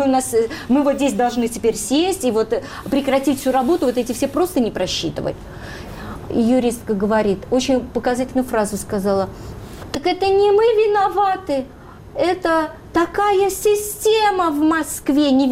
мы вот здесь должны теперь сесть и вот прекратить всю работу, вот эти все просто не просчитывать. И юристка говорит, очень показательную фразу сказала, так это не мы виноваты, это такая система в Москве, не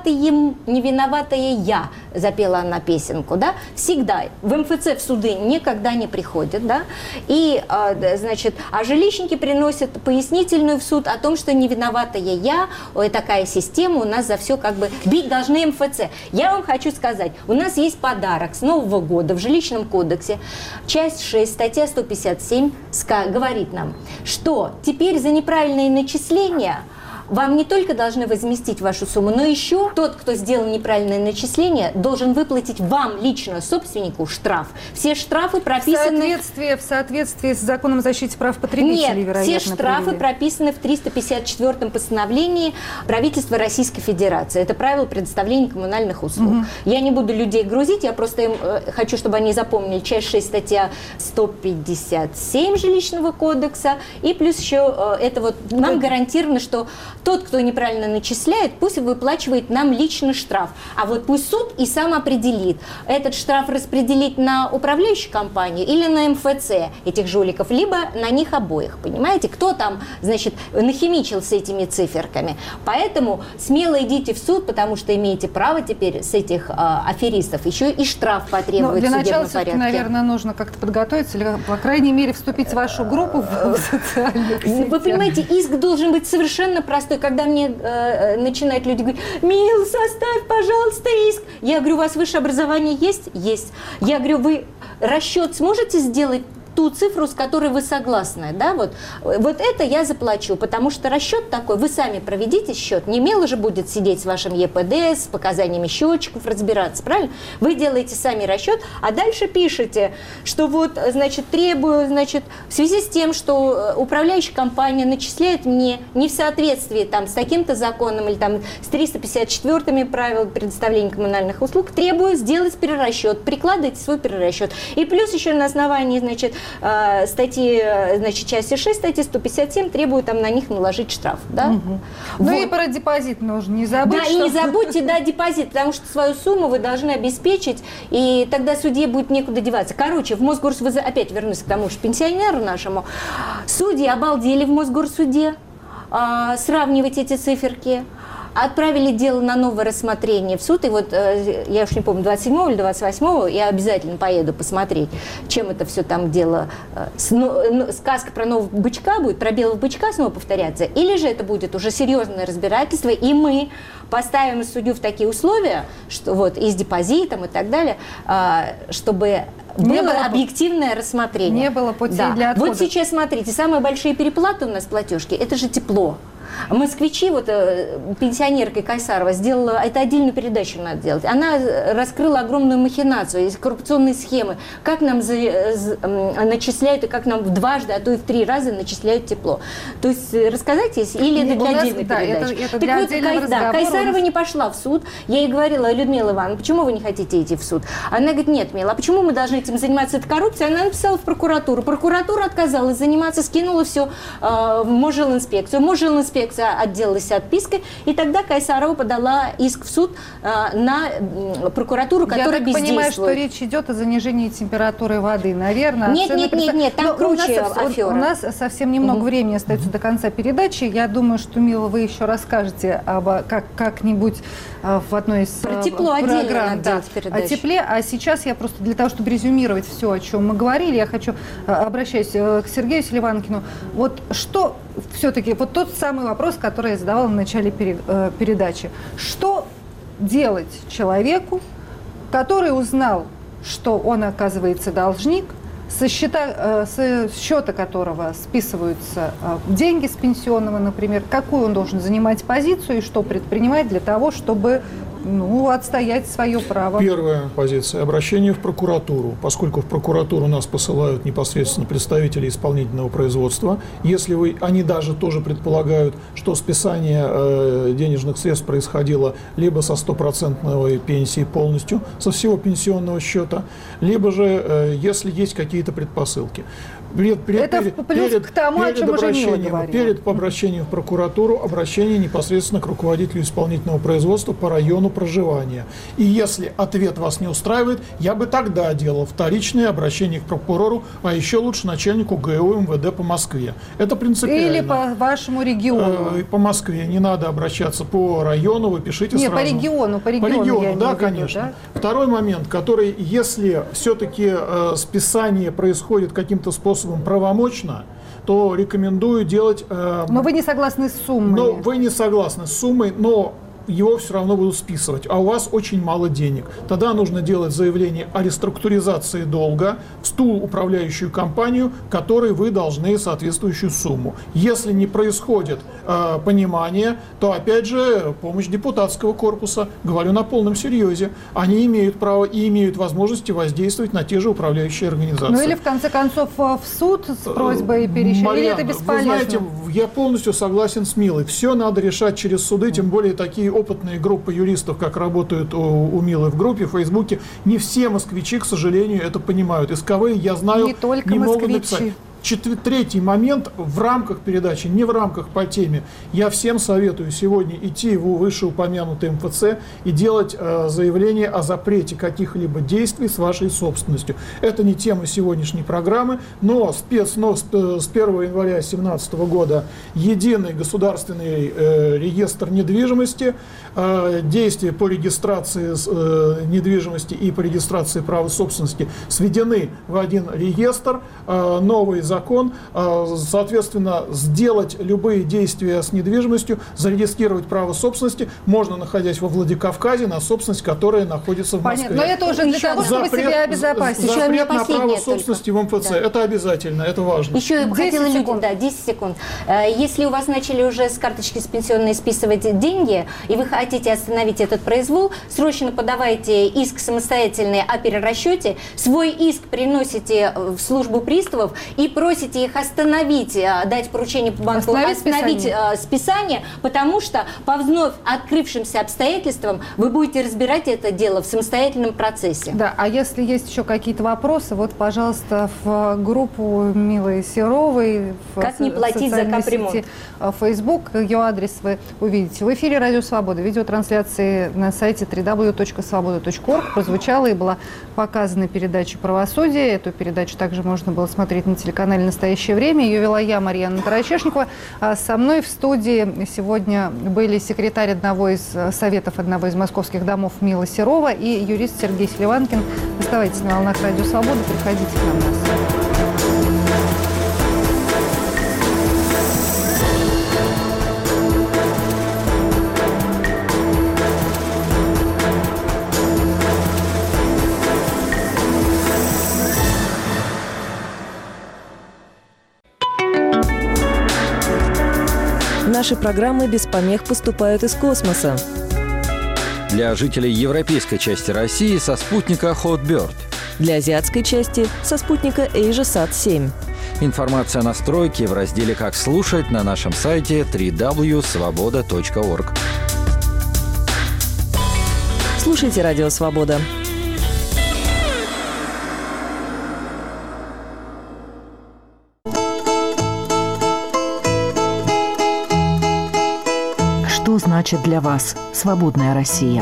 виноватая я, запела она песенку, да, всегда. В МФЦ в суды никогда не приходят, да, и, значит, а жилищники приносят пояснительную в суд о том, что не виноватая я, такая система, у нас за все как бы бить должны МФЦ. Я вам хочу сказать, у нас есть подарок с Нового года в жилищном кодексе, часть 6, статья 157 говорит нам, что теперь за неправильные начисления вам не только должны возместить вашу сумму, но еще тот, кто сделал неправильное начисление, должен выплатить вам лично, собственнику, штраф. Все штрафы прописаны... В соответствии с законом о защите прав потребителей, Нет, вероятно, все штрафы прописаны в 354-м постановлении правительства Российской Федерации. Это правило предоставления коммунальных услуг. Я не буду людей грузить, я просто им хочу, чтобы они запомнили часть 6, статья 157 жилищного кодекса, и плюс еще это вот нам гарантировано, что тот, кто неправильно начисляет, пусть выплачивает нам лично штраф. А вот пусть суд и сам определит, этот штраф распределить на управляющую компанию или на МФЦ этих жуликов, либо на них обоих. Понимаете, кто там, значит, нахимичил с этими циферками. Поэтому смело идите в суд, потому что имеете право теперь с этих аферистов еще и штраф потребовать в судебном порядке. Для начала, наверное, нужно как-то подготовиться, или, по крайней мере, вступить в вашу группу в социальных сетях. Вы понимаете, иск должен быть совершенно простой. Когда мне начинают люди говорить, мил, составь, пожалуйста, иск. Я говорю, у вас высшее образование есть? Есть. Я говорю, вы расчет сможете сделать? Ту цифру, с которой вы согласны, да, вот это я заплачу, потому что расчет такой, вы сами проведите счет, не Мела же будет сидеть с вашим ЕПД, с показаниями счетчиков разбираться, правильно? Вы делаете сами расчет, а дальше пишете, что вот, значит, требую, значит, в связи с тем, что управляющая компания начисляет мне не в соответствии там с таким-то законом или там с 354-ми правил предоставления коммунальных услуг, требую сделать перерасчет, прикладывайте свой перерасчет. И плюс еще на основании, значит, статьи, значит, части 6, статьи 157 требуют там на них наложить штраф, да? Вот. Ну и про депозит нужно не забыть. Да, и не забудьте, да, депозит, потому что свою сумму вы должны обеспечить, и тогда судье будет некуда деваться. Короче, в Мосгорсуде, опять вернусь к тому же пенсионеру нашему, судьи обалдели в Мосгорсуде сравнивать эти циферки. Отправили дело на новое рассмотрение в суд, и вот, я уж не помню, 27 или 28 я обязательно поеду посмотреть, чем это все там дело, сказка про нового бычка будет, про белого бычка снова повторяться, или же это будет уже серьезное разбирательство, и мы поставим судью в такие условия, что вот и с депозитом и так далее, чтобы было объективное рассмотрение. Не было путей для отхода. Вот сейчас смотрите, самые большие переплаты у нас платежки, это же тепло. Москвичи, вот пенсионерка Кайсарова сделала, это отдельную передачу надо делать, она раскрыла огромную махинацию, коррупционные схемы, как нам начисляют и как нам дважды, а то и в 3 раза начисляют тепло. То есть рассказать есть или это для отдельной передачи? Это для отдельного разговора. Кайсарова не пошла в суд, я ей говорила: Людмила Ивановна, почему вы не хотите идти в суд? Она говорит: нет, Мила, а почему мы должны этим заниматься, это коррупция? Она написала в прокуратуру. Прокуратура отказалась заниматься, скинула все в Мосжилинспекцию. Мосжилинспекция отделалась отпиской, и тогда Кайсарова подала иск в суд на прокуратуру, которая бездействует. Я так понимаю, что речь идет о занижении температуры воды, наверное. Нет, там круче афера. У нас совсем немного времени остается до конца передачи. Я думаю, что, Мила, вы еще расскажете как-нибудь в одной из про тепло программ о тепле. А сейчас я просто для того, чтобы резюмировать все, о чем мы говорили, я хочу, обращаюсь к Сергею Селиванкину. Вот что все-таки, вот тот самый вопрос, который я задавала в начале передачи. Что делать человеку, который узнал, что он, оказывается, должник, со счета которого списываются деньги с пенсионного, например, какую он должен занимать позицию и что предпринимать для того, чтобы отстоять свое право? Первая позиция – обращение в прокуратуру. Поскольку в прокуратуру нас посылают непосредственно представители исполнительного производства, если они даже тоже предполагают, что списание денежных средств происходило либо со 100% пенсии полностью, со всего пенсионного счета, либо же, если есть какие-то предпосылки. Это плюс к тому, о чем уже Мила говорила. Перед обращением в прокуратуру обращение непосредственно к руководителю исполнительного производства по району проживания. И если ответ вас не устраивает, я бы тогда делал вторичное обращение к прокурору, а еще лучше начальнику ГУ МВД по Москве. Это принципиально. Или по вашему региону. По Москве. Не надо обращаться по району, вы пишите сразу. По региону, да, конечно. Да? Второй момент, который, если все-таки списание происходит каким-то способом правомочно, то рекомендую делать... Но вы не согласны с суммой. Но вы не согласны с суммой, но его все равно будут списывать, а у вас очень мало денег. Тогда нужно делать заявление о реструктуризации долга в ту управляющую компанию, которой вы должны соответствующую сумму. Если не происходит понимание, то опять же помощь депутатского корпуса, говорю на полном серьезе, они имеют право и имеют возможности воздействовать на те же управляющие организации. Ну или в конце концов в суд с просьбой пересчитать, или это бесполезно? Вы знаете, я полностью согласен с Милой. Все надо решать через суды, тем более такие опытные группы юристов, как работают у Милы в группе, в Фейсбуке, не все москвичи, к сожалению, это понимают. Исковые, я знаю, не могут написать. Третий момент в рамках передачи, не в рамках по теме. Я всем советую сегодня идти в вышеупомянутый МФЦ и делать заявление о запрете каких-либо действий с вашей собственностью. Это не тема сегодняшней программы, но с 1 января 2017 года единый государственный реестр недвижимости, действия по регистрации недвижимости и по регистрации права собственности сведены в один реестр, новый закон, соответственно, сделать любые действия с недвижимостью, зарегистрировать право собственности можно, находясь во Владикавказе, на собственность, которая находится в Москве. Понятно. Но это уже для того, чтобы себя обезопасить. Запрет на право собственности в МФЦ. Да. Это обязательно, это важно. Еще я бы хотела 10 секунд. Если у вас начали уже с карточки с пенсионной списывать деньги, и вы хотите остановить этот произвол, срочно подавайте иск самостоятельный о перерасчете, свой иск приносите в службу приставов и просите их остановить, дать поручение по банку, остановить списание, потому что по вновь открывшимся обстоятельствам вы будете разбирать это дело в самостоятельном процессе. Да, а если есть еще какие-то вопросы, вот, пожалуйста, в группу Милы Серовой, как не платить за капремонт, Facebook, ее адрес вы увидите. В эфире Радио Свобода, видеотрансляции на сайте www.svoboda.org прозвучала и была показана передача «Правосудие». Эту передачу также можно было смотреть на телеканале «Настоящее время». Ее вела я, Марьяна Тарачешникова. А со мной в студии сегодня были секретарь советов одного из московских домов Мила Серова и юрист Сергей Селиванкин. Оставайтесь на волнах Радио Свобода, приходите к нам на сайт. Наши программы без помех поступают из космоса. Для жителей европейской части России со спутника Hotbird. Для азиатской части со спутника AsiaSat-7. Информация о настройке в разделе «Как слушать» на нашем сайте www.svoboda.org. Слушайте «Радио Свобода». Что значит для вас свободная Россия?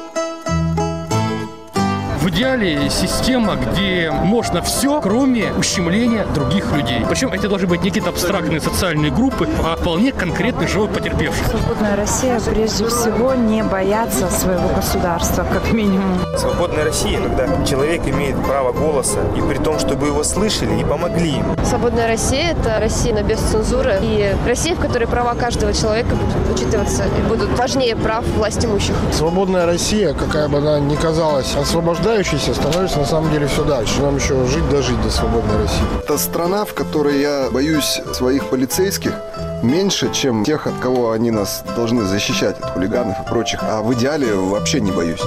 В идеале система, где можно все, кроме ущемления других людей. Причем это должны быть не какие-то абстрактные социальные группы, а вполне конкретный живой потерпевший. Свободная Россия прежде всего не бояться своего государства, как минимум. Свободная Россия, когда человек имеет право голоса, и при том, чтобы его слышали и помогли ему. Свободная Россия – это Россия без цензуры и Россия, в которой права каждого человека будут учитываться и будут важнее прав власть имущих. Свободная Россия, какая бы она ни казалась освобождающейся, становится на самом деле все дальше. Нам еще жить до свободной России. Это страна, в которой я боюсь своих полицейских меньше, чем тех, от кого они нас должны защищать, от хулиганов и прочих. А в идеале вообще не боюсь.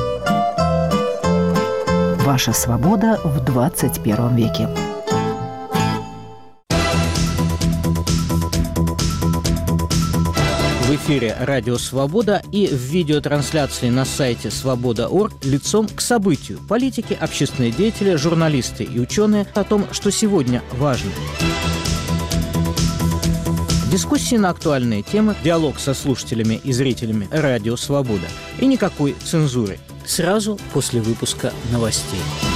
Ваша свобода в 21 веке. В эфире «Радио Свобода» и в видеотрансляции на сайте «Свобода.орг» лицом к событию. Политики, общественные деятели, журналисты и ученые о том, что сегодня важно. Дискуссии на актуальные темы, диалог со слушателями и зрителями «Радио Свобода». И никакой цензуры. Сразу после выпуска новостей.